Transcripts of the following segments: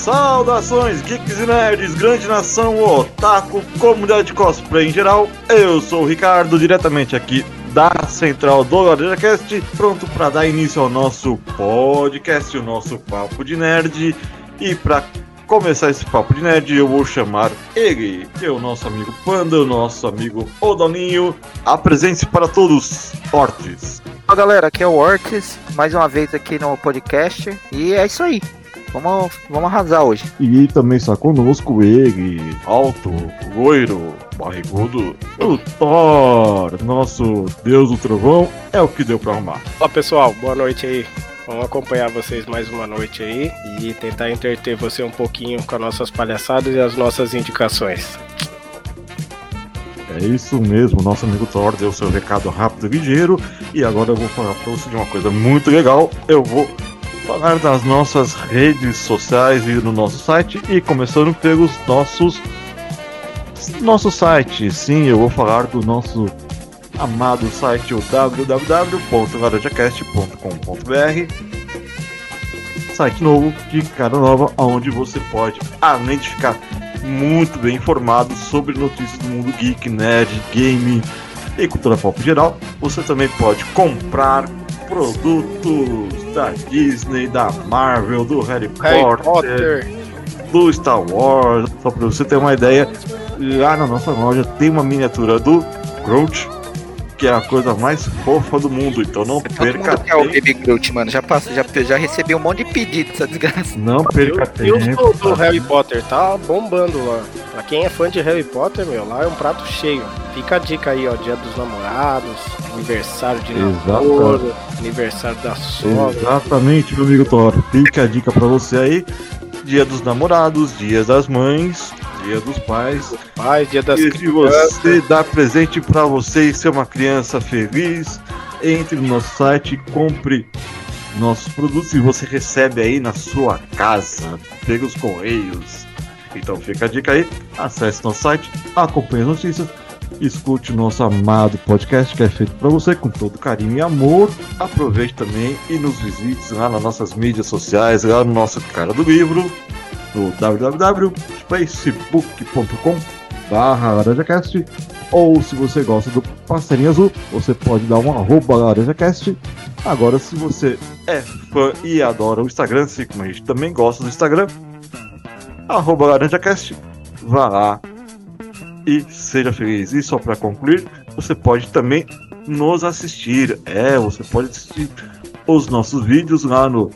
Saudações, geeks e nerds, grande nação, otaku, comunidade de cosplay em geral. Eu sou o Ricardo, diretamente aqui da central do LaranjaCast, pronto para dar início ao nosso podcast, o nosso Papo de Nerd. E para começar esse Papo de Nerd, eu vou chamar ele, que é o nosso amigo Panda, o nosso amigo Odoninho. Apresente-se para todos, Ortiz. Olá galera, aqui é o Ortiz, mais uma vez aqui no podcast, e é isso aí. Vamos arrasar hoje. E também está conosco ele, alto, loiro, barrigudo, o Thor, nosso deus do trovão, é o que deu pra arrumar. Olá pessoal, boa noite aí. Vamos acompanhar vocês mais uma noite aí e tentar entreter você um pouquinho com as nossas palhaçadas e as nossas indicações. É isso mesmo, nosso amigo Thor deu seu recado rápido e ligeiro. E agora eu vou falar pra você de uma coisa muito legal. Eu vou falar das nossas redes sociais e no nosso site. E começando pelos nosso site. Sim, eu vou falar do nosso amado site, o www.laranjacast.com.br. Site novo, de cara nova, onde você pode, além de ficar muito bem informado sobre notícias do mundo geek, nerd, game e cultura pop geral, você também pode comprar produtos da Disney, da Marvel, do Harry Potter, do Star Wars. Só para você ter uma ideia, lá na nossa loja tem uma miniatura do Groot, que é a coisa mais fofa do mundo, então não perca tempo. É o Baby Groot, mano, já recebi um monte de pedido dessa desgraça. Não perca tempo. E o do Harry Potter tá bombando lá. Pra quem é fã de Harry Potter, meu, lá é um prato cheio. Fica a dica aí, ó, Dia dos Namorados, aniversário de namoro, aniversário da sogra. Exatamente, meu amigo Thor. Fica a dica pra você aí. Dia dos Namorados, Dia das Mães, Dia dos Pais, Dia das Crianças. De você dar presente pra você e ser uma criança feliz. Entre no nosso site, compre nossos produtos e você recebe aí na sua casa, pelos correios. Então fica a dica aí, acesse nosso site, acompanhe as notícias, escute o nosso amado podcast que é feito para você com todo carinho e amor. Aproveite também e nos visite lá nas nossas mídias sociais, lá no nosso Cara do Livro, no www.facebook.com/laranjacast, ou se você gosta do passarinho azul, você pode dar um @laranjacast. Agora, se você é fã e adora o Instagram, assim como a gente também gosta do Instagram, @laranjacast, vá lá e seja feliz. E só para concluir, você pode também nos assistir. Você pode assistir os nossos vídeos lá no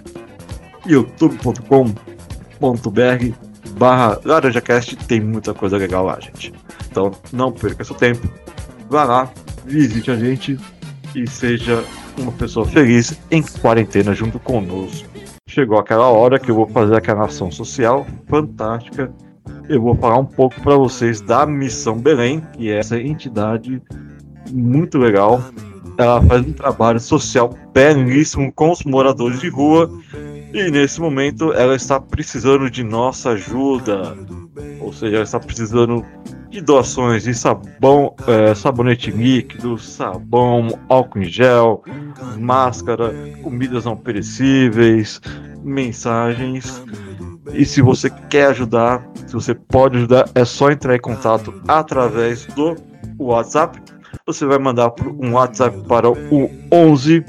youtube.com.br/laranjacast. Tem muita coisa legal lá, gente. Então não perca seu tempo. Vá lá, visite a gente e seja uma pessoa feliz em quarentena junto conosco. Chegou aquela hora que eu vou fazer aquela ação social fantástica. Eu vou falar um pouco para vocês da Missão Belém, que é essa entidade muito legal. Ela faz um trabalho social belíssimo com os moradores de rua e nesse momento ela está precisando de nossa ajuda. Ou seja, ela está precisando de doações de sabão, sabonete líquido, sabão, álcool em gel, máscara, comidas não perecíveis, mensagens. E se você quer ajudar, se você pode ajudar, é só entrar em contato através do WhatsApp. Você vai mandar um WhatsApp para o 11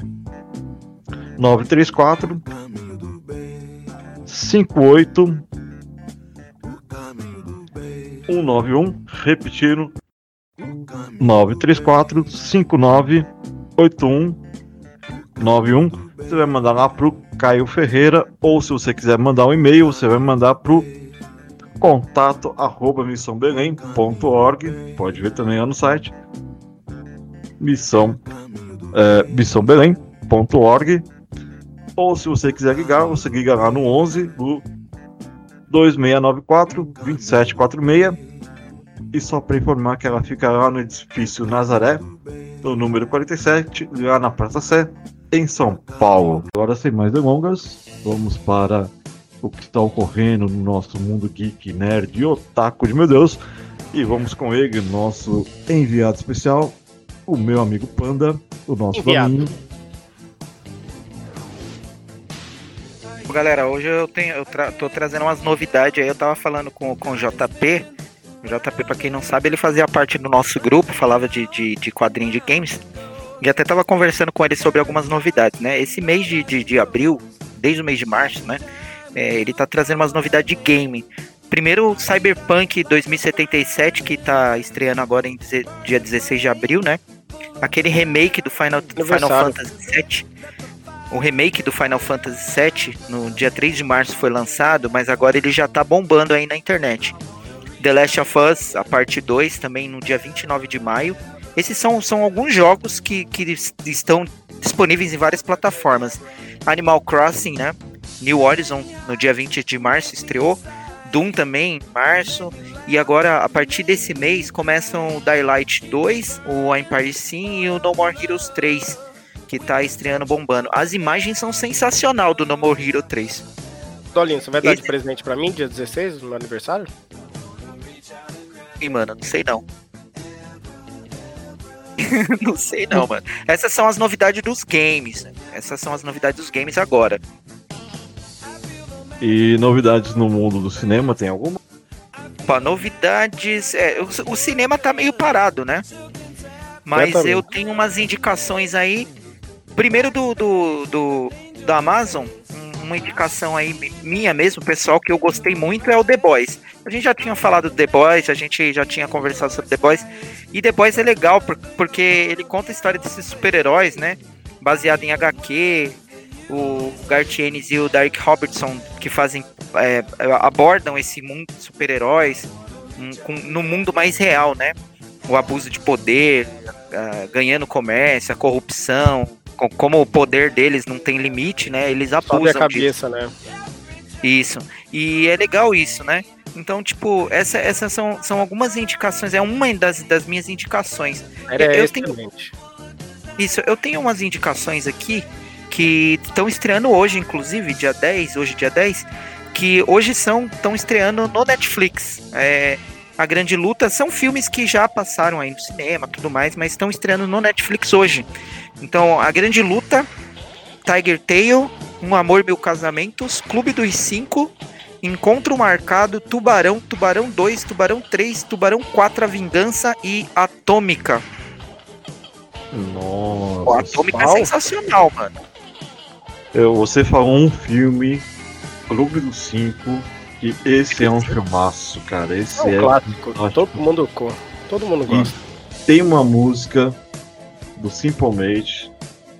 934 58 191, repetindo, 934 59 8191. Você vai mandar lá pro Caio Ferreira, ou se você quiser mandar um e-mail, você vai mandar pro contato@missãobelém.org. Pode ver também lá no site missãobelém.org. Ou se você quiser ligar, você liga lá no 11 do 2694 2746. E só para informar que ela fica lá no edifício Nazaré, no número 47, lá na Praça Sé, em São Paulo. Agora, sem mais delongas, vamos para o que está ocorrendo no nosso mundo geek, nerd e otaku de meu Deus. E vamos com ele, nosso enviado especial, o meu amigo Panda, o nosso Dominho. galera, hoje tô trazendo umas novidades aí. Eu tava falando com o JP. O JP, pra quem não sabe, ele fazia parte do nosso grupo, falava de quadrinho de games. E até tava conversando com ele sobre algumas novidades, né? Esse mês de abril, desde o mês de março, né? Ele tá trazendo umas novidades de game. Primeiro, Cyberpunk 2077, que tá estreando agora em dia 16 de abril, né? Aquele remake do Final Fantasy VII. O remake do Final Fantasy VII, no dia 3 de março foi lançado, mas agora ele já tá bombando aí na internet. The Last of Us, a parte 2, também no dia 29 de maio. Esses são alguns jogos que estão disponíveis em várias plataformas. Animal Crossing, né? New Horizon, no dia 20 de março, estreou. Doom também, em março. E agora, a partir desse mês, começam o Daylight 2, o Empire Sim e o No More Heroes 3, que tá estreando bombando. As imagens são sensacional do No More Hero 3. Dolinho, você vai dar de presente pra mim, dia 16, no meu aniversário? Ih, mano, não sei não. Não sei não, mano. Essas são as novidades dos games, né? Essas são as novidades dos games agora. E novidades no mundo do cinema, tem alguma? Pô, novidades... o cinema tá meio parado, né? Mas eu tenho umas indicações aí. Primeiro da Amazon, uma indicação aí minha mesmo, pessoal, que eu gostei muito, é o The Boys. A gente já tinha falado do The Boys, a gente já tinha conversado sobre The Boys. E The Boys é legal porque ele conta a história desses super-heróis, né? Baseado em HQ. O Garth Ennis e o Derek Robertson, que abordam esse mundo de super-heróis no mundo mais real, né? O abuso de poder, ganhando comércio, a corrupção, como o poder deles não tem limite, né? Eles abusam sobe a cabeça, disso. Né? Isso. E é legal isso, né? Então, tipo, essas são algumas indicações, é uma das minhas indicações. Eu tenho umas indicações aqui que estão estreando hoje, inclusive, dia 10, que hoje estão estreando no Netflix. A Grande Luta são filmes que já passaram aí no cinema, tudo mais, mas estão estreando no Netflix hoje. Então, A Grande Luta, Tiger Tail, Um Amor Mil Casamentos, Clube dos 5, Encontro Marcado, Tubarão, Tubarão 2, Tubarão 3, Tubarão 4, A Vingança e Atômica. Nossa. O Atômica é sensacional, mano. Você falou um filme, Clube dos 5, que esse é um filmaço, cara. Esse é um clássico. Todo mundo gosta. E tem uma música do Simple Mate,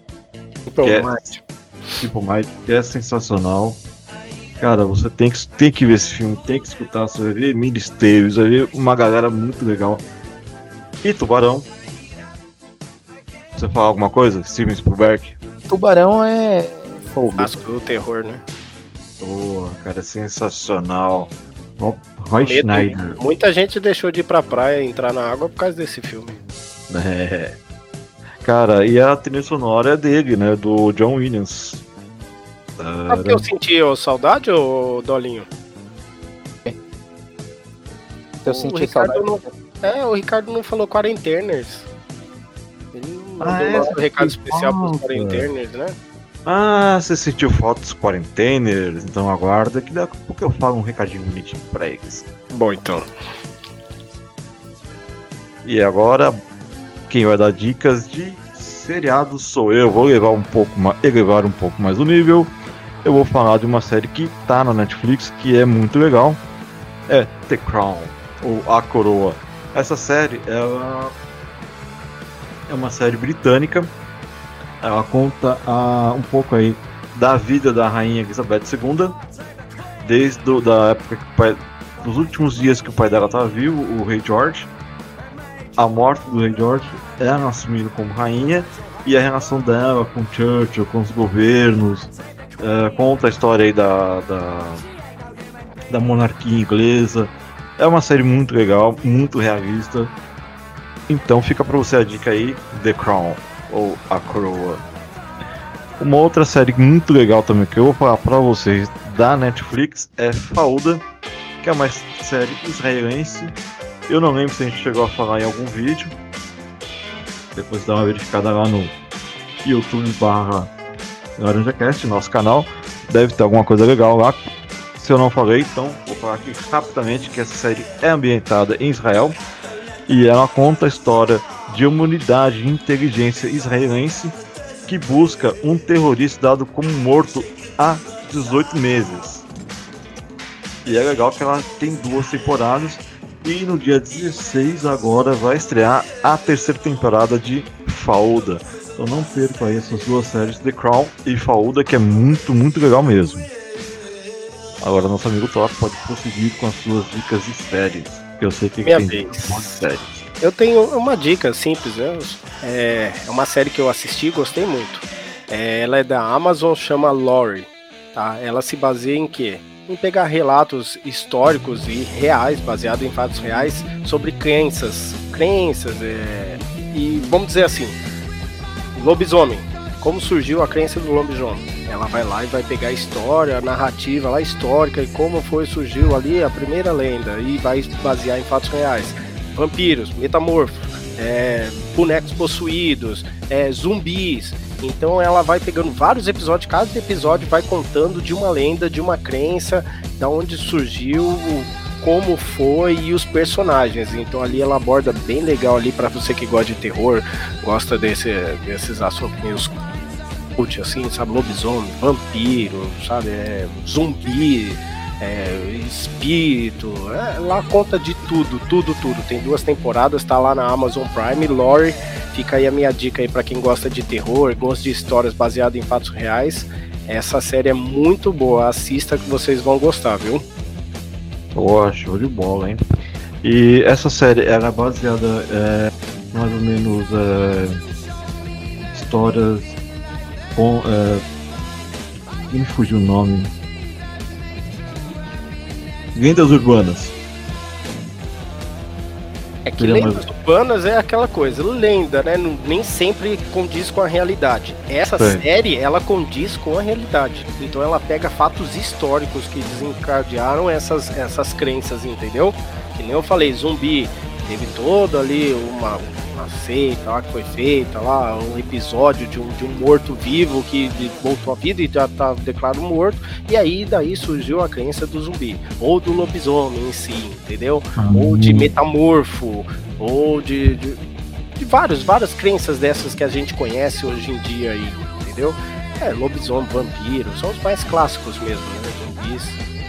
que é sensacional. Cara, você tem que ver esse filme, tem que escutar, você vai ver Emílio Esteves, vai ver uma galera muito legal. E Tubarão. Você fala alguma coisa? Steven Spielberg? Tubarão é clássico do terror, né? Pô, cara, é sensacional. Roy Schneider. Muita gente deixou de ir pra praia e entrar na água por causa desse filme. Cara, e a trilha sonora é dele, né? Do John Williams. Sabe que eu senti saudade, ô Dolinho? Eu senti saudade. O Ricardo não falou Quarenteners. Ele mandou um recado especial pros Quarenteners, né? Você sentiu falta dos Quarenteners? Então aguarda que daqui a pouco eu falo um recadinho bonitinho pra eles. Bom, então. E agora, quem vai dar dicas de seriados sou eu. Vou elevar um pouco mais o nível. Eu vou falar de uma série que tá na Netflix, que é muito legal. É The Crown, ou A Coroa. Essa série, ela é uma série britânica. Ela conta um pouco aí da vida da rainha Elizabeth II, desde da época dos últimos dias que o pai dela estava vivo, o rei George, a morte do rei George, ela assumindo como rainha, e a relação dela com Churchill, com os governos, conta a história aí da monarquia inglesa. É uma série muito legal, muito realista. Então fica pra você a dica aí, The Crown, ou A Coroa. Uma outra série muito legal também que eu vou falar pra vocês da Netflix é Fauda, que é uma série israelense. Eu não lembro se a gente chegou a falar em algum vídeo. Depois dá uma verificada lá no YouTube /LaranjaCast, nosso canal. deve ter alguma coisa legal lá. Se eu não falei, então vou falar aqui rapidamente que essa série é ambientada em Israel e ela conta a história de uma unidade de inteligência israelense que busca um terrorista dado como morto há 18 meses. E é legal que ela tem 2 temporadas e no dia 16 agora vai estrear a 3ª temporada de Fauda. Então não perca aí essas 2 séries, The Crown e Fauda, que é muito, muito legal mesmo. Agora nosso amigo Top pode prosseguir com as suas dicas de séries. Eu sei que Minha tem vez. um monte de séries. Eu tenho uma dica simples, né? É uma série que eu assisti e gostei muito. Ela é da Amazon, chama Lore. Tá? Ela se baseia em quê? Em pegar relatos históricos e reais, baseado em fatos reais, sobre crenças. E vamos dizer assim, lobisomem. Como surgiu a crença do lobisomem? Ela vai lá e vai pegar a história, a narrativa lá histórica e como surgiu ali a primeira lenda e vai basear em fatos reais. Vampiros, metamorfos, bonecos possuídos, zumbis. Então ela vai pegando vários episódios, cada episódio vai contando de uma lenda, de uma crença, da onde surgiu, como foi e os personagens. Então ali ela aborda bem legal ali para você que gosta de terror, gosta desses assuntos meio assim, sabe, lobisomem, vampiro, sabe, zumbi, espírito, lá conta de tudo. Tem 2 temporadas, tá lá na Amazon Prime, Lore. Fica aí a minha dica aí para quem gosta de terror, gosta de histórias baseadas em fatos reais. Essa série é muito boa, assista que vocês vão gostar, viu? Show de bola, hein? E essa série, ela é baseada mais ou menos histórias com... me fugiu o nome. Lendas urbanas. É que lendas urbanas é aquela coisa, lenda, né? Nem sempre condiz com a realidade. Essa série, ela condiz com a realidade. Então ela pega fatos históricos que desencadearam essas crenças, entendeu? Que nem eu falei, zumbi. Teve todo ali uma seita lá que foi feita lá, um episódio de um morto-vivo que voltou à vida e já tá declarado morto, e aí daí surgiu a crença do zumbi, ou do lobisomem em si, entendeu? Ou de metamorfo, ou de várias crenças dessas que a gente conhece hoje em dia aí, entendeu? Lobisomem, vampiro, são os mais clássicos mesmo, né? Zumbis.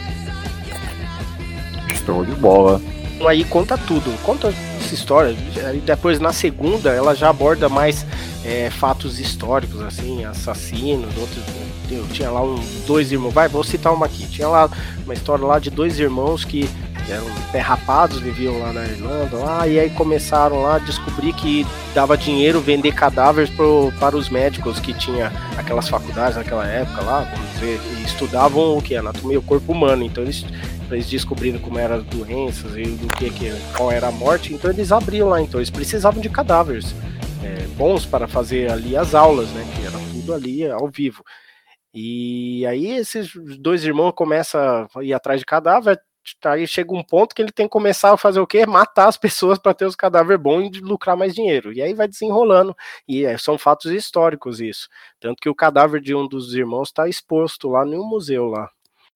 Show de bola. Aí conta tudo, conta essa história. E depois na segunda ela já aborda mais fatos históricos, assim, assassinos, outros. Tinha lá 2 irmãos, vou citar uma aqui. Tinha lá uma história lá de 2 irmãos que eram rapados, viviam lá na Irlanda, lá, e aí começaram lá a descobrir que dava dinheiro vender cadáveres para os médicos que tinha aquelas faculdades naquela época lá, vamos dizer, e estudavam o que? Anatomia, o corpo humano. Então eles descobriram como eram as doenças e qual era a morte, então eles abriam lá, então eles precisavam de cadáveres bons para fazer ali as aulas, né, que era tudo ali ao vivo. E aí esses 2 irmãos começam a ir atrás de cadáver, aí chega um ponto que ele tem que começar a fazer o quê? Matar as pessoas para ter os cadáveres bons e lucrar mais dinheiro. E aí vai desenrolando. E são fatos históricos isso. Tanto que o cadáver de um dos irmãos está exposto lá no museu lá.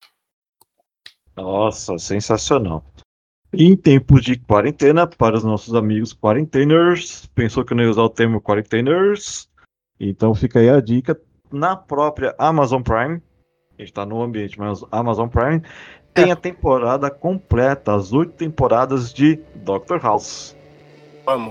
Nossa, sensacional. Em tempos de quarentena, para os nossos amigos quarenteners, pensou que eu não ia usar o termo quarenteners? Então fica aí a dica, na própria Amazon Prime, a gente está no ambiente, mas Amazon Prime tem a temporada completa, as 8 temporadas de Dr. House. Amo.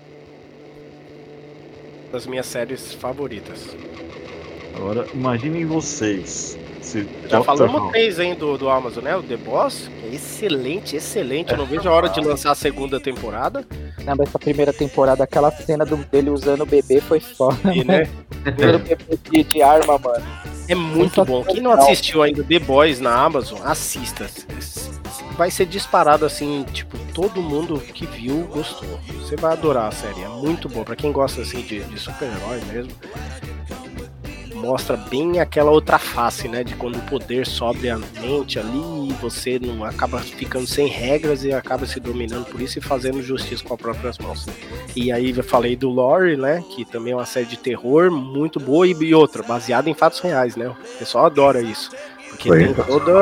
Das minhas séries favoritas. Agora, imaginem vocês. Já falamos 3 aí do Amazon, né? O The Boss, que é excelente. Eu não vejo a hora de lançar a segunda temporada. Não, mas essa primeira temporada, aquela cena dele usando o bebê foi foda. E, né? Usando o bebê de arma, mano. É muito bom. Quem não assistiu ainda The Boys na Amazon, assista. Vai ser disparado assim, tipo, todo mundo que viu gostou. Você vai adorar a série, é muito bom. Pra quem gosta assim de super-herói mesmo. mostra bem aquela outra face, né? De quando o poder sobe a mente ali e você não acaba ficando sem regras e acaba se dominando por isso e fazendo justiça com as próprias mãos. E aí eu falei do Lore, né? Que também é uma série de terror muito boa e outra, baseada em fatos reais, né? O pessoal adora isso. Porque tem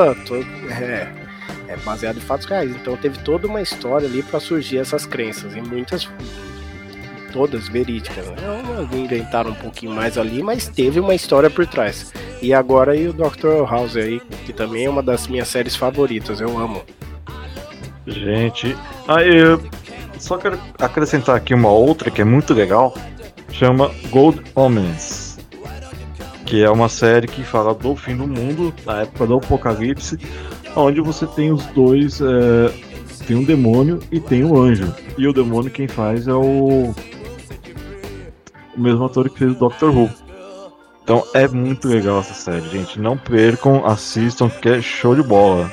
é baseado em fatos reais. Então teve toda uma história ali para surgir essas crenças. E muitas, todas verídicas, né? Inventaram um pouquinho mais ali, mas teve uma história por trás. E agora aí o Dr. House aí, que também é uma das minhas séries favoritas, eu amo. Gente, eu só quero acrescentar aqui uma outra que é muito legal, chama Good Omens, que é uma série que fala do fim do mundo, na época do apocalipse, onde você tem os dois, tem um demônio e tem um anjo. E o demônio quem faz é o mesmo ator que fez o Doctor Who. Então é muito legal essa série, gente. Não percam, assistam, que é show de bola.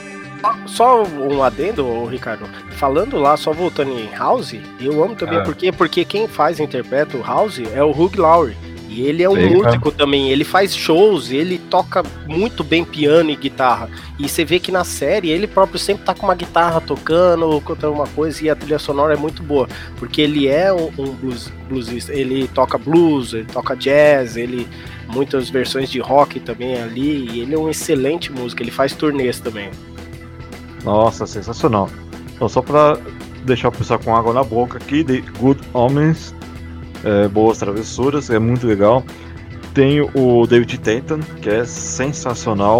Só um adendo, Ricardo. Falando lá, só voltando em House, eu amo também, porque quem interpreta o House é o Hugh Laurie. E ele é um músico também, ele faz shows, ele toca muito bem piano e guitarra. E você vê que na série ele próprio sempre tá com uma guitarra tocando, cantando uma coisa, e a trilha sonora é muito boa. Porque ele é um bluesista, ele toca blues, ele toca jazz, muitas versões de rock também ali, e ele é um excelente músico, ele faz turnês também. Nossa, sensacional. Então, só pra deixar o pessoal com água na boca aqui, The Good Omens, Boas Travessuras, é muito legal. Tem o David Tennant, que é sensacional.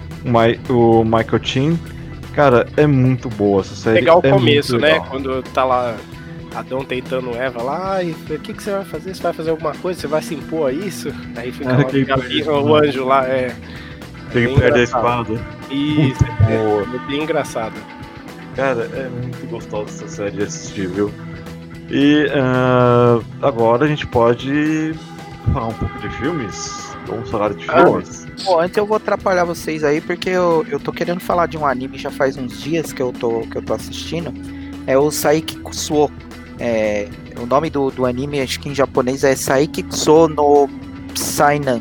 O Michael Chin, cara, é muito boa essa série. Legal o começo, né? Quando tá lá Adão tentando Eva lá, e o que você vai fazer? Você vai fazer alguma coisa? Você vai se impor a isso? Aí fica o anjo lá, tem que perder a espada. Isso, é bem engraçado. Cara, é muito gostosa essa série de assistir, viu? E agora a gente pode falar um pouco de filmes? Vamos falar de filmes? Bom, antes eu vou atrapalhar vocês aí, porque eu tô querendo falar de um anime já faz uns dias que eu tô assistindo. É o Saiki Kusuo. O nome do anime, acho que em japonês é Saiki Kusuo no Psynan.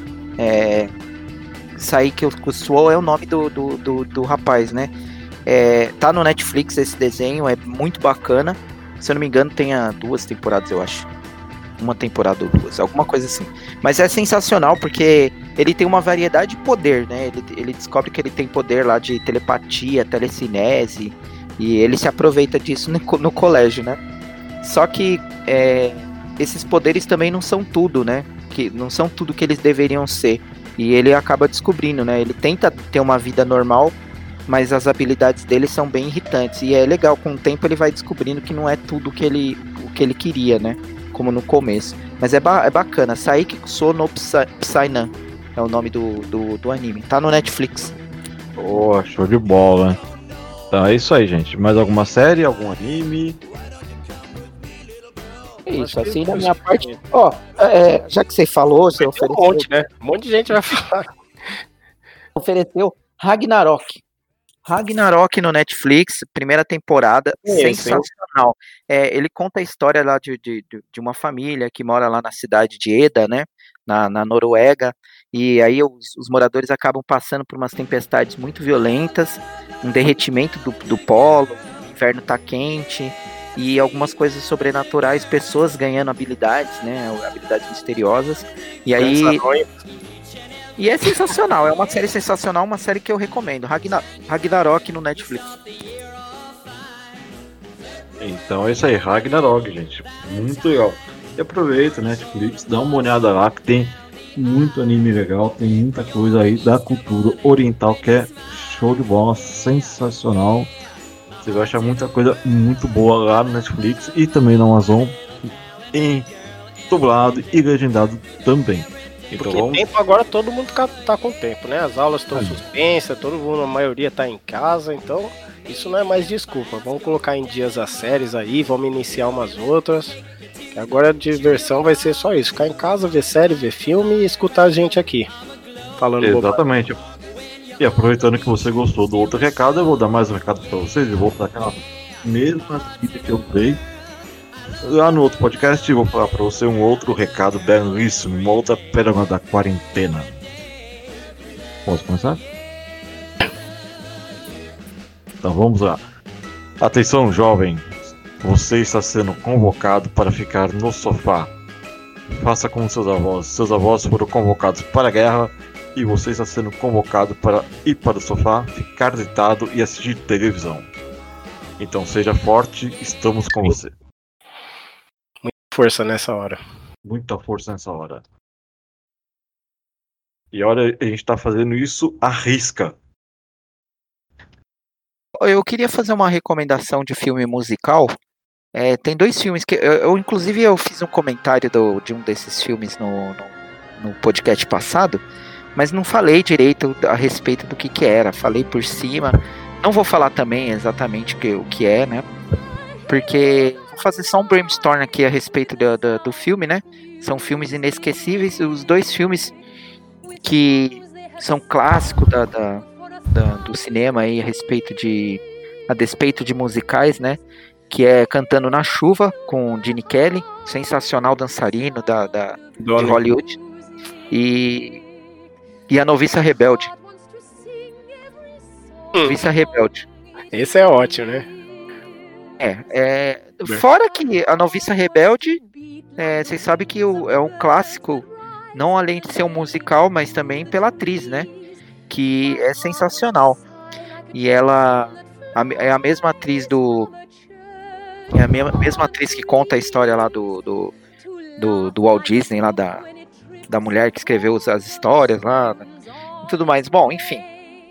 Saiki Kusuo é o nome do rapaz, né? Tá no Netflix esse desenho, é muito bacana. Se eu não me engano, tem 2 temporadas, eu acho. Uma temporada ou 2, alguma coisa assim. Mas é sensacional porque ele tem uma variedade de poder, né? Ele descobre que ele tem poder lá de telepatia, telecinese, e ele se aproveita disso no colégio, né? Só que esses poderes também não são tudo, né? Que não são tudo que eles deveriam ser. E ele acaba descobrindo, né? Ele tenta ter uma vida normal, mas as habilidades dele são bem irritantes. E é legal, com o tempo ele vai descobrindo que não é tudo o que ele queria, né? Como no começo. Mas é bacana. Saiki Kusuo no Psynan é o nome do anime. Tá no Netflix. Pô, show de bola. Então é isso aí, gente. Mais alguma série, algum anime? Isso, assim, da minha parte. Já que você falou, você ofereceu. Um monte, né? Um monte de gente vai falar. Ofereceu Ragnarok. Ragnarok no Netflix, primeira temporada, sensacional. Ele conta a história lá de uma família que mora lá na cidade de Eda, né, na Noruega, e aí os moradores acabam passando por umas tempestades muito violentas, um derretimento do polo, o inverno tá quente, e algumas coisas sobrenaturais, pessoas ganhando habilidades, né, habilidades misteriosas, e aí... E é sensacional, é uma série sensacional, uma série que eu recomendo, Ragnarok no Netflix. Então é isso aí, Ragnarok, gente, muito legal. E aproveita, Netflix, dá uma olhada lá, que tem muito anime legal, tem muita coisa aí da cultura oriental que é show de bola, sensacional. Você vai achar muita coisa muito boa lá no Netflix e também na Amazon, em dublado e legendado também. Porque tempo agora todo mundo tá com tempo, né? As aulas estão suspensas, todo mundo, a maioria tá em casa, então isso não é mais desculpa. Vamos colocar em dias as séries aí, vamos iniciar umas outras. Que agora a diversão vai ser só isso, ficar em casa, ver série, ver filme e escutar a gente aqui falando. Exatamente. E aproveitando que você gostou do outro recado, eu vou dar mais um recado pra vocês. Eu vou dar aquela mesma fita que eu dei lá no outro podcast eu vou falar pra você um outro recado belíssimo, uma outra pérola da quarentena. Posso começar? Então vamos lá. Atenção, jovem, você está sendo convocado para ficar no sofá. Faça como seus avós. Seus avós foram convocados para a guerra e você está sendo convocado para ir para o sofá, ficar deitado e assistir televisão. Então seja forte, estamos com você. Muita força nessa hora. Muita força nessa hora. E olha, a gente tá fazendo isso à risca. Eu queria fazer uma recomendação de filme musical. Tem 2 filmes que inclusive eu fiz um comentário de um desses filmes no podcast passado, mas não falei direito a respeito do que era. Falei por cima. Não vou falar também exatamente o que é, né? Porque vou fazer só um brainstorm aqui a respeito do filme, né? São filmes inesquecíveis. Os 2 filmes que são clássicos do cinema aí a despeito de musicais, né? Que é Cantando na Chuva, com Gene Kelly, sensacional dançarino de Hollywood, e A Noviça Rebelde. Noviça Rebelde. Esse é ótimo, né? Fora que A Noviça Rebelde, vocês sabem que é um clássico, não além de ser um musical, mas também pela atriz, né? Que é sensacional. E ela é a mesma atriz É a mesma atriz que conta a história lá do Walt Disney, lá da mulher que escreveu as histórias lá e tudo mais. Bom, enfim.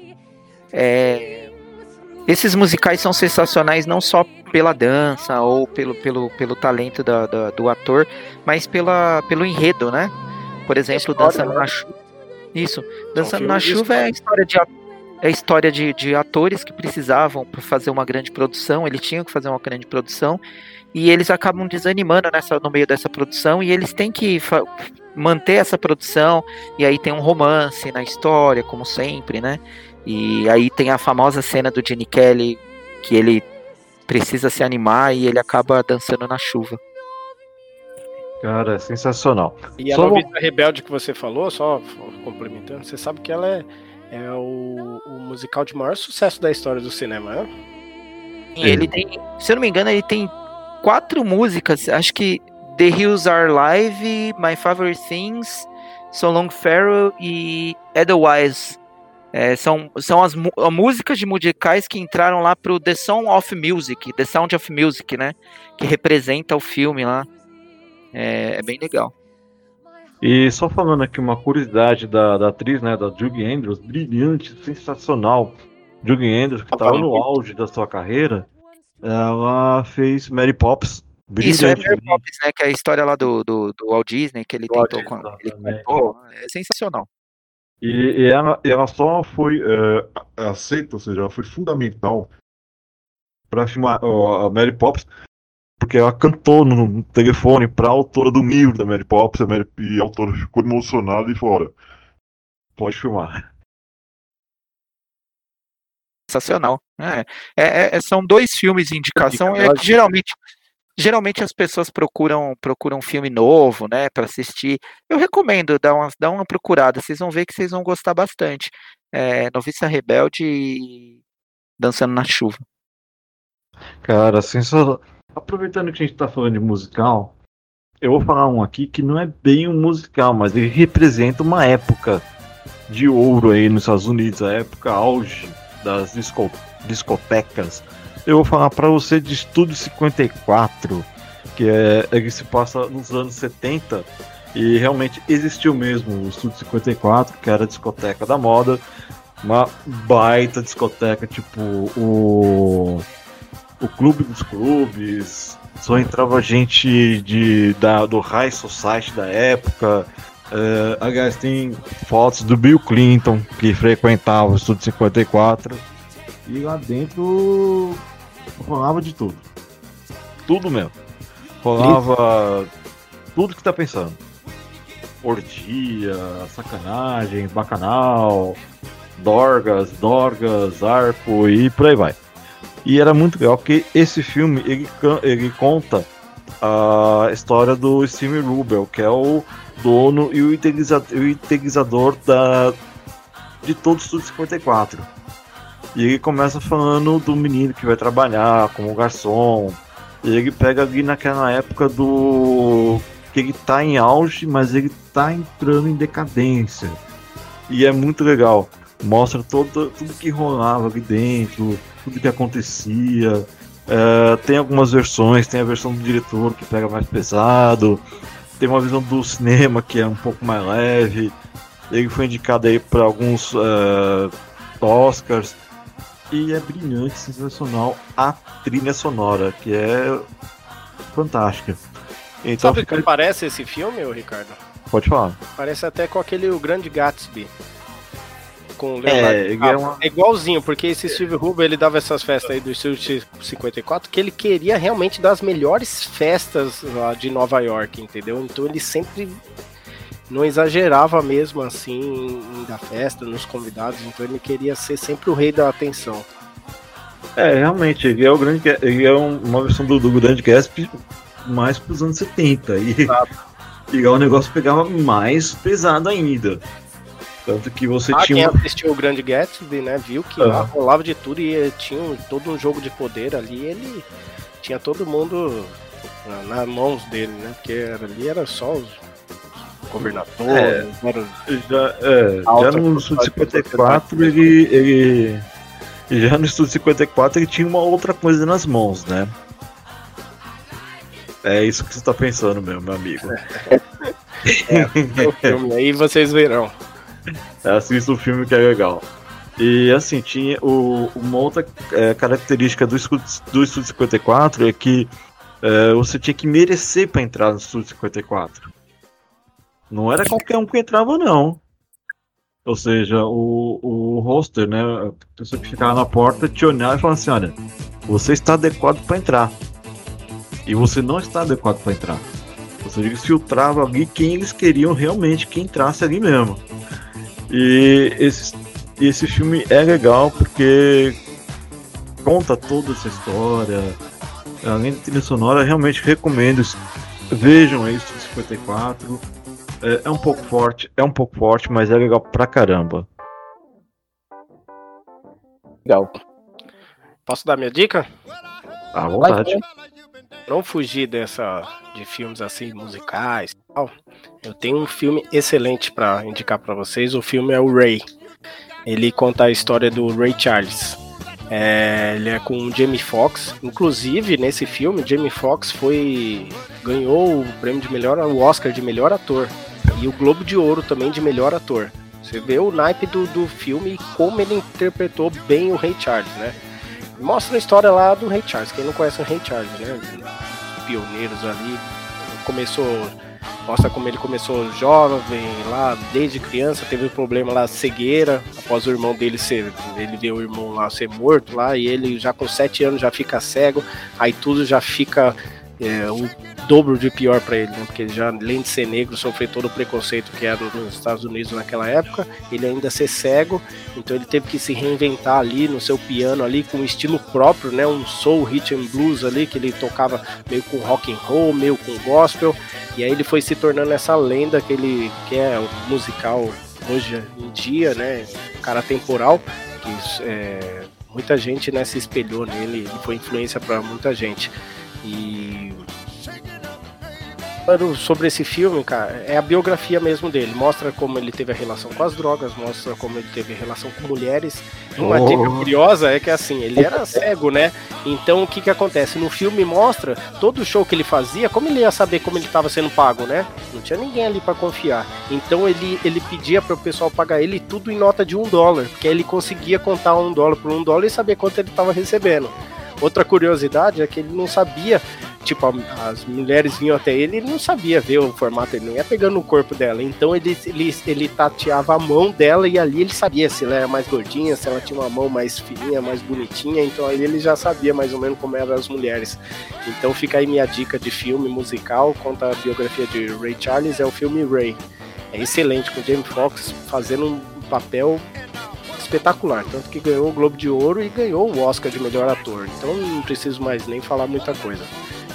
Esses musicais são sensacionais não só pela dança ou pelo talento do ator, mas pelo enredo, né? Por exemplo, Dançando na Chuva. Isso, Dançando na Chuva é a história de atores que precisavam para fazer uma grande produção. Eles tinham que fazer uma grande produção e eles acabam desanimando no meio dessa produção, e eles têm que manter essa produção, e aí tem um romance na história, como sempre, né? E aí tem a famosa cena do Gene Kelly, que ele precisa se animar e ele acaba dançando na chuva. Cara, é sensacional. E a Noviça Rebelde que você falou, só complementando, você sabe que ela é o musical de maior sucesso da história do cinema, né? E ele tem, se eu não me engano, ele tem 4 músicas, acho que The Hills Are Live, My Favorite Things, So Long Farewell e Edelweiss. São as músicas de musicais que entraram lá pro The Sound of Music, né? Que representa o filme lá. É bem legal. E só falando aqui uma curiosidade da atriz, né, da Julie Andrews, brilhante, sensacional. Julie Andrews, que estava no auge da sua carreira, ela fez Mary Poppins. Isso, Mary Poppins, né, que é a história lá do Walt Disney, que ele tentou, ele contou, é sensacional. E ela só foi aceita, ou seja, ela foi fundamental para filmar a Mary Poppins, porque ela cantou no telefone para a autora do livro da Mary Poppins, e a autora ficou emocionada e falou: olha, pode filmar. Sensacional. São 2 filmes de indicação. Geralmente as pessoas procuram um filme novo, né, para assistir. Eu recomendo dar uma procurada. Vocês vão ver que vocês vão gostar bastante. Noviça Rebelde e Dançando na Chuva. Cara, sensacional. Aproveitando que a gente tá falando de musical, eu vou falar um aqui que não é bem um musical, mas ele representa uma época de ouro aí nos Estados Unidos, a época auge das discotecas. Eu vou falar pra você de Estúdio 54, que ele se passa nos anos 70, e realmente existiu mesmo o Estúdio 54, que era a discoteca da moda, uma baita discoteca, tipo o Clube dos Clubes, só entrava gente do High Society da época. Aliás, tem fotos do Bill Clinton, que frequentava o Estúdio 54, e lá dentro rolava de tudo. Tudo mesmo. Rolava tudo que tá pensando. Orgia, sacanagem, bacanal, dorgas, arpo e por aí vai. E era muito legal porque esse filme ele conta a história do Steve Rubel, que é o dono e o idealizador de todo o Estúdio 54. E ele começa falando do menino que vai trabalhar como garçom. E ele pega ali naquela época que ele tá em auge, mas ele tá entrando em decadência. E é muito legal. Mostra tudo que rolava ali dentro, tudo que acontecia. Tem algumas versões, tem a versão do diretor que pega mais pesado, tem uma visão do cinema que é um pouco mais leve. Ele foi indicado aí para alguns Oscars. E é brilhante, sensacional a trilha sonora, que é fantástica. Então, sabe o que parece esse filme, Ricardo? Pode falar. Parece até com aquele O Grande Gatsby. Com é igualzinho, porque esse Steve Rubin, ele dava essas festas aí do Estúdio 54, que ele queria realmente das melhores festas lá de Nova York, entendeu? Então ele sempre não exagerava mesmo assim em dar festa nos convidados, então ele queria ser sempre o rei da atenção. Realmente, ele é uma versão do Grande Gatsby mais pros anos 70 e o negócio pegava mais pesado ainda. Tanto que você tinha. Quem assistiu o Grande Gatsby, né, viu que lá rolava de tudo e tinha todo um jogo de poder ali, ele tinha todo mundo nas mãos dele, né? Porque ali era só os governadores. Já no Estúdio 54 ele já no Estúdio 54 ele tinha uma outra coisa nas mãos, né? É isso que você tá pensando mesmo, meu amigo. O filme aí vocês verão. Assista o filme que é legal. E assim, tinha uma outra característica do Estúdio 54 é que você tinha que merecer para entrar no Estúdio 54. Não era qualquer um que entrava, não. Ou seja, o roster, né, a pessoa que ficava na porta te olhava e falava assim, olha, você está adequado para entrar. E você não está adequado para entrar. Ou seja, eles filtravam ali quem eles queriam realmente que entrasse ali mesmo. E esse filme é legal porque conta toda essa história. Além de trilha sonora, realmente recomendo. Vejam aí o Estúdio 54. É um pouco forte, mas é legal pra caramba. Legal. Posso dar minha dica? À vontade. Não fugir de filmes assim musicais e tal. Eu tenho um filme excelente para indicar para vocês. O filme é o Ray. Ele conta a história do Ray Charles. Ele é com o Jamie Foxx. Inclusive, nesse filme, Jamie Foxx ganhou o prêmio o Oscar de melhor ator. E o Globo de Ouro também de melhor ator. Você vê o naipe do filme e como ele interpretou bem o Ray Charles, né? Mostra a história lá do Ray Charles. Quem não conhece o Ray Charles, né? Pioneiros ali. Mostra como ele começou jovem lá, desde criança, teve um problema lá, cegueira, após o irmão dele ele viu o irmão lá ser morto lá, e ele já com 7 anos já fica cego, aí tudo já fica o dobro de pior para ele, né? Porque ele já, além de ser negro, sofreu todo o preconceito que era nos Estados Unidos naquela época, ele ainda ser cego, então ele teve que se reinventar ali no seu piano ali, com um estilo próprio, né? Um soul, rhythm and blues ali, que ele tocava meio com rock and roll, meio com gospel, e aí ele foi se tornando essa lenda que é o musical hoje em dia, né? Cara temporal, que muita gente, né, se espelhou nele, ele foi influência para muita gente. E sobre esse filme, cara, é a biografia mesmo dele. Mostra como ele teve a relação com as drogas, mostra como ele teve a relação com mulheres. Uma dica curiosa é que assim, ele era cego, né? Então o que acontece? No filme mostra todo o show que ele fazia, como ele ia saber como ele estava sendo pago, né? Não tinha ninguém ali para confiar. Então ele pedia para o pessoal pagar ele tudo em nota de $1, porque aí ele conseguia contar $1 por $1 e saber quanto ele estava recebendo. Outra curiosidade é que ele não sabia, tipo, as mulheres vinham até ele, ele não sabia ver o formato, ele não ia pegando no corpo dela, então ele tateava a mão dela e ali ele sabia se ela era mais gordinha, se ela tinha uma mão mais fininha, mais bonitinha, então aí ele já sabia mais ou menos como eram as mulheres. Então fica aí minha dica de filme musical, conta a biografia de Ray Charles, é o filme Ray. É excelente, com Jamie Foxx fazendo um papel espetacular, tanto que ganhou o Globo de Ouro e ganhou o Oscar de melhor ator, então não preciso mais nem falar muita coisa.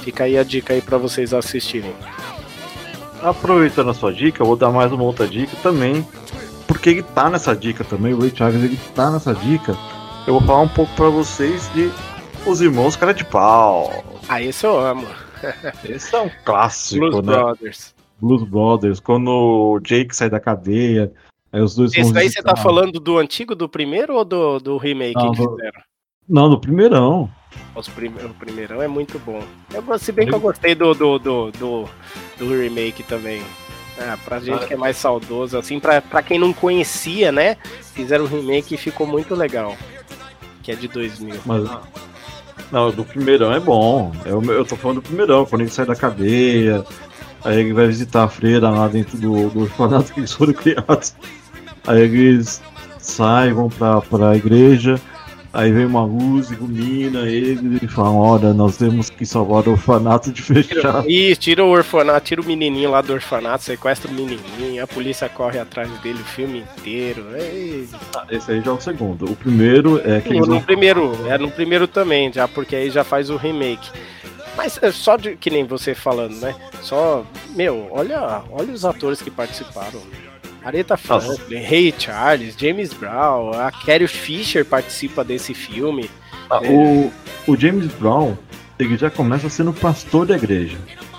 Fica aí a dica aí pra vocês assistirem. Aproveitando a sua dica, eu vou dar mais uma outra dica também, porque ele tá nessa dica também, o Ray Charles ele tá nessa dica. Eu vou falar um pouco pra vocês de Os Irmãos Cara de Pau. Ah, esse eu amo. Esse é um clássico, Blues né? Brothers. Blues Brothers, quando o Jake sai da cadeia, aí os dois Esse vão daí você tá visitar. falando do antigo, do primeiro ou do remake Não, que do- fizeram? Não, do primeirão. O primeirão é muito bom. Se bem que eu gostei do remake também. Pra gente que é mais saudoso, assim, pra quem não conhecia, né? Fizeram um remake e ficou muito legal. Que é de 2000. Mas não, do primeirão é bom. Eu tô falando do primeirão, quando ele sai da cadeia, aí ele vai visitar a freira lá dentro do orfanato que eles foram criados. Aí eles saem, vão pra igreja, aí vem uma luz, ilumina eles e falam, olha, nós temos que salvar o orfanato de fechar. Isso, tira o orfanato, tira o menininho lá do orfanato, sequestra o menininho, a polícia corre atrás dele o filme inteiro. Esse aí já é o segundo. O primeiro é que eles No primeiro também, já, porque aí já faz o remake. Mas é só de que nem você falando, né? Olha os atores que participaram. Aretha Franklin, Ray Charles, James Brown, a Carrie Fisher participa desse filme. O James Brown, ele já começa sendo pastor da igreja.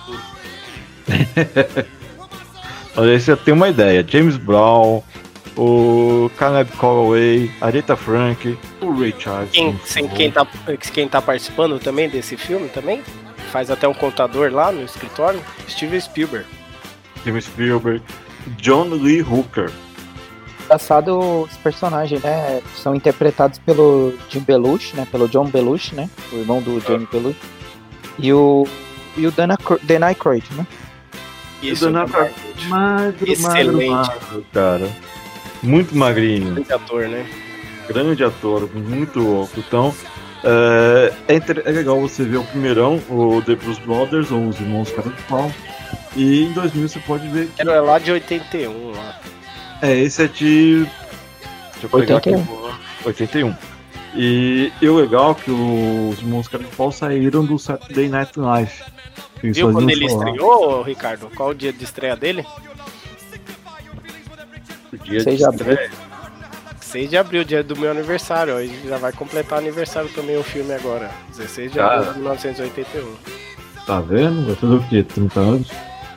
Olha, aí você tem uma ideia. James Brown, o Caleb Calloway, Aretha Franklin, o Ray Charles. Quem tá participando também desse filme também? Faz até um contador lá no escritório, Steven Spielberg. Steven Spielberg, John Lee Hooker. Engraçado, os personagens, né? São interpretados pelo Jim Belushi, né? Pelo John Belushi, né? O irmão do Jamie Belushi. E o Dan Aykroyd, né? Isso, Excelente. Magro, cara. Muito magrinho. grande ator, né? Grande ator, muito louco. Então, é legal você ver o primeirão, o The Blues Brothers, ou Os Irmãos Cara de Pau. E em 2000 você pode ver que... Era lá de 81, lá. Esse é de... Deixa eu pegar 81. aqui. 81. E o legal é que os Irmãos Cara de Pau saíram do Saturday Night Live. Viu quando ele estreou, Ricardo? Qual o dia de estreia dele? O dia 6 de abril. 6 de abril, dia do meu aniversário. Ó, e já vai completar aniversário também o filme agora. 16 de abril de 1981. Tá vendo? Vai fazer o quê? 30 anos?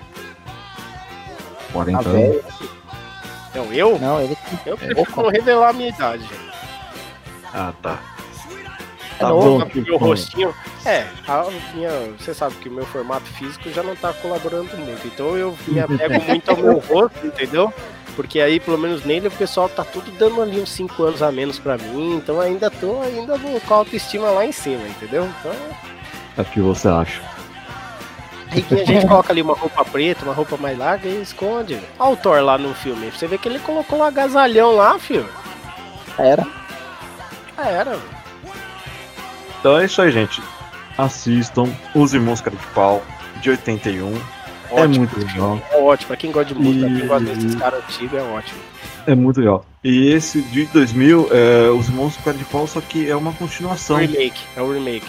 40 Tá anos? velho. Não, eu? Não, ele Eu prefiro não revelar a minha idade. Ah, tá. é Tá novo. bom. Meu rostinho. Você sabe que o meu formato físico já não tá colaborando muito. Então eu me apego muito ao meu rosto, entendeu? Porque aí, pelo menos nele, o pessoal tá tudo dando ali uns 5 anos a menos pra mim. Então ainda tô com a autoestima lá em cima, entendeu? Então. É o que você acha. Aí que a gente coloca ali uma roupa preta, uma roupa mais larga e esconde. Olha o Thor lá no filme. Você vê que ele colocou um agasalhão lá, filho. Era. Era. Então é isso aí, gente. Assistam Os Irmãos Cara de Pau, de 81. É muito legal. É ótimo. Pra quem gosta de música, E- quem gosta desses caras antigos, é ótimo. É muito legal. E esse de 2000, Os Irmãos Cara de Pau, só que é uma continuação. É o remake.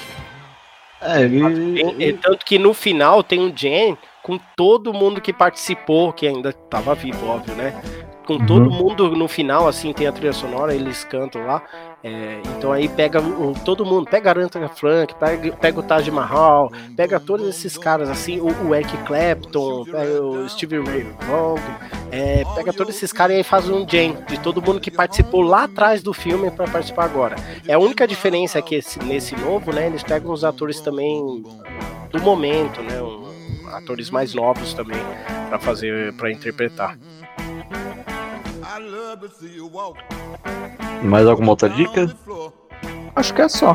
Tanto que no final tem um Jen com todo mundo que participou, que ainda tava vivo, óbvio, né? Com todo mundo no final, assim, tem a trilha sonora, eles cantam lá. Então aí pega todo mundo, pega a Aretha Franklin, pega o Taj Mahal, pega todos esses caras, assim, o Eric Clapton, pega o Stevie Ray Vaughan, pega todos esses caras e aí faz um jam de todo mundo que participou lá atrás do filme pra participar agora. A única diferença é que nesse novo, né, eles pegam os atores também do momento, né, atores mais novos também pra interpretar. Mais alguma outra dica? Acho que é só.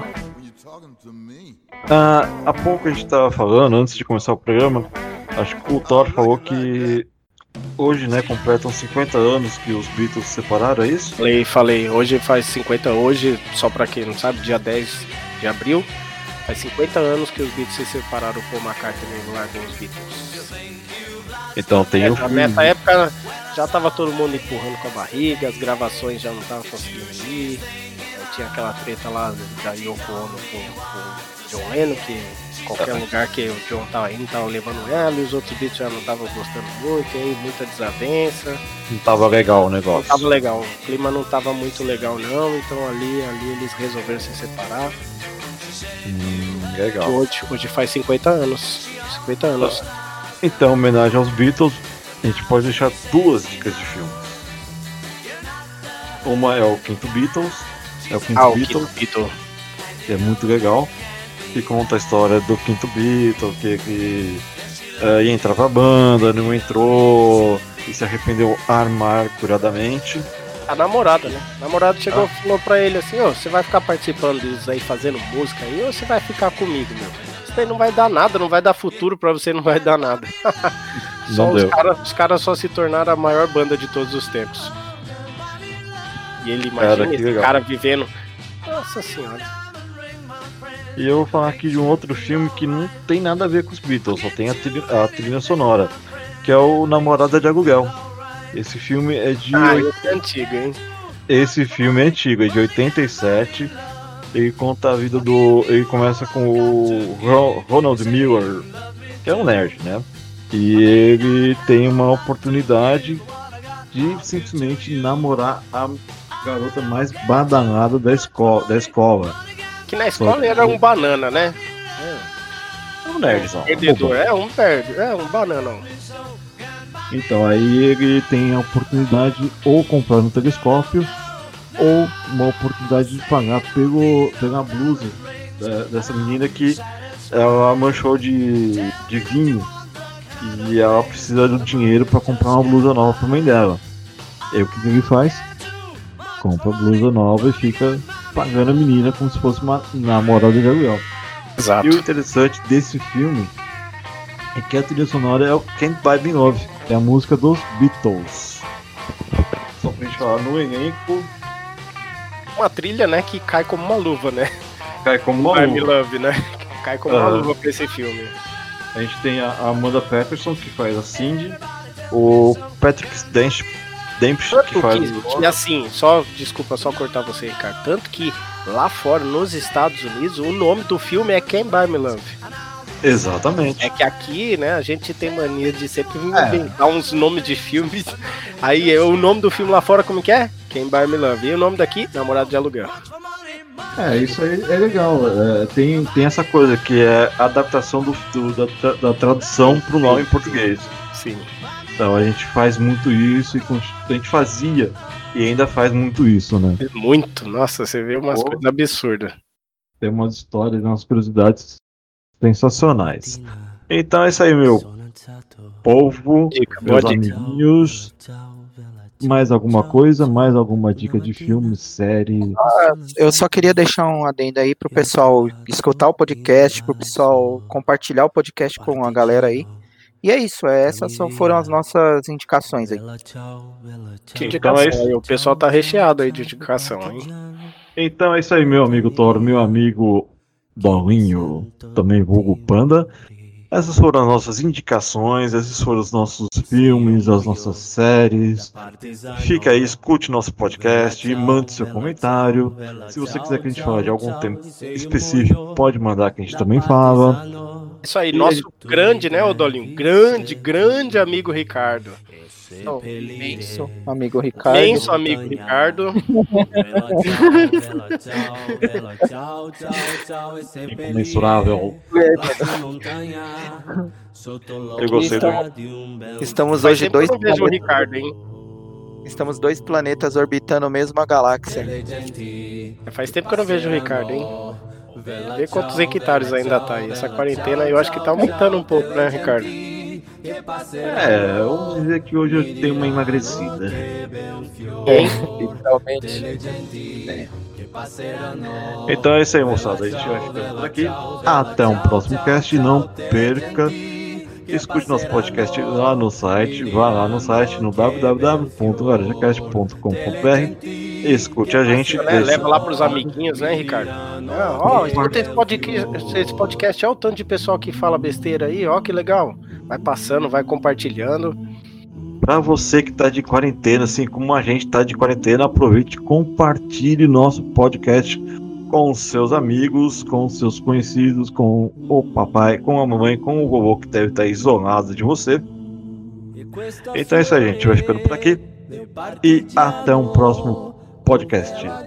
Há pouco a gente tava falando, antes de começar o programa, acho que o Thor falou que hoje, né, completam 50 anos que os Beatles se separaram, é isso? Falei, hoje faz 50, hoje, só pra quem não sabe, dia 10 de abril, faz 50 anos que os Beatles se separaram, por McCartney largou os Beatles. Então tem o filme. Nessa época já tava todo mundo empurrando com a barriga, as gravações já não estavam conseguindo ir, aí tinha aquela treta lá da Yoko Ono com o John Lennon, que qualquer lugar que o John tava indo, tava levando ela, e os outros Beatles já não estavam gostando muito, e aí muita desavença. Não tava legal o negócio. Não tava legal, o clima não tava muito legal não, então ali eles resolveram se separar. Legal. Hoje faz 50 anos. 50 anos. Então, em homenagem aos Beatles, a gente pode deixar 2 dicas de filmes. Uma é o Quinto Beatles, Quinto Beatle. que é muito legal, que conta a história do Quinto Beatle, que ia entrar pra banda, não entrou, e se arrependeu amarguradamente. A namorada, né? A namorada chegou e falou pra ele assim, você vai ficar participando disso aí, fazendo música aí, ou você vai ficar comigo, meu? Isso aí não vai dar nada, não vai dar futuro pra você, não vai dar nada. Os caras só se tornaram a maior banda de todos os tempos. E ele imagina esse cara vivendo... Nossa senhora. E eu vou falar aqui de um outro filme que não tem nada a ver com os Beatles, só tem a trilha sonora, que é o Namorada de Aluguel. Esse filme é de... esse é antigo, hein? Esse filme é antigo, é de 87. Ele conta a vida do... Ele começa com o Ronald Miller, que é um nerd, né? E ele tem uma oportunidade de simplesmente namorar a garota mais badalada da escola. Que na escola era um banana, né? É um nerdzão. Um bananão. Então aí ele tem a oportunidade de ou comprar um telescópio ou uma oportunidade de pagar pela blusa dessa menina que ela manchou de vinho e ela precisa do dinheiro para comprar uma blusa nova para a mãe dela. E aí o que ele faz? Compra a blusa nova e fica pagando a menina como se fosse uma namorada de aluguel. Exato. E o interessante desse filme é que a trilha sonora é o Can't Buy Me Love, é a música dos Beatles. Só pra gente falar no elenco. Uma trilha, né, que cai como uma luva, né? Cai como uma Buy luva. Me Love, né? Cai como uma luva pra esse filme. A gente tem a Amanda Patterson, que faz a Cindy, o Patrick Dempsey, que faz o... E assim, desculpa só cortar você, Ricardo. Tanto que lá fora, nos Estados Unidos, o nome do filme é Can't Buy Me Love. Exatamente. É que aqui, né, a gente tem mania de sempre inventar uns nomes de filmes. Aí o nome do filme lá fora, como que é? Can't Buy Me Love. E o nome daqui? Namorado de Aluguel. Isso aí é legal. Tem essa coisa que é a adaptação da tradução pro nome em português. Sim. Então a gente faz muito isso e a gente fazia e ainda faz muito isso, né? Muito. Nossa, você vê umas coisas absurdas. Tem umas histórias, umas curiosidades sensacionais. Então é isso aí, meu povo, meus amiguinhos. Mais alguma coisa? Mais alguma dica de filme, série? Eu só queria deixar um adendo aí pro pessoal escutar o podcast, pro pessoal compartilhar o podcast com a galera aí. E é isso, essas foram as nossas indicações aí. Que indicação, então é isso. O pessoal tá recheado aí de indicação, hein? Então é isso aí, meu amigo Thor, meu amigo Bolinho, também vulgo Panda. Essas foram as nossas indicações, esses foram os nossos filmes, as nossas séries. Fica aí, escute nosso podcast e mande seu comentário. Se você quiser que a gente fale de algum tema específico, pode mandar que a gente também fala. Isso aí, nosso grande, né, Odolinho? Grande amigo Ricardo. Imenso amigo Ricardo. Imenso amigo Ricardo. Incomensurável. Eu gostei Estamos hoje dois planetas. O Ricardo, hein? Estamos 2 planetas orbitando a mesma galáxia. Faz tempo que eu não vejo o Ricardo, hein? Vê quantos hectares ainda tá aí. Essa quarentena eu acho que tá aumentando um pouco, né, Ricardo? Eu vou dizer que hoje eu tenho uma emagrecida. Literalmente. Então é isso aí, moçada. A gente vai ficando por aqui. Até um próximo cast. Não perca. Escute nosso podcast lá no site. Vá lá no site no www.varejacast.com.br. Escute a gente. Leva lá pros amiguinhos, né, Ricardo? Escuta esse podcast. Olha o tanto de pessoal que fala besteira aí. Ó, que legal. Vai passando, vai compartilhando. Pra você que tá de quarentena, assim como a gente tá de quarentena, aproveite e compartilhe nosso podcast com os seus amigos, com os seus conhecidos, com o papai, com a mamãe, com o vovô que deve estar isolado de você. Então é isso aí, gente. Vai ficando por aqui. E até um próximo podcast.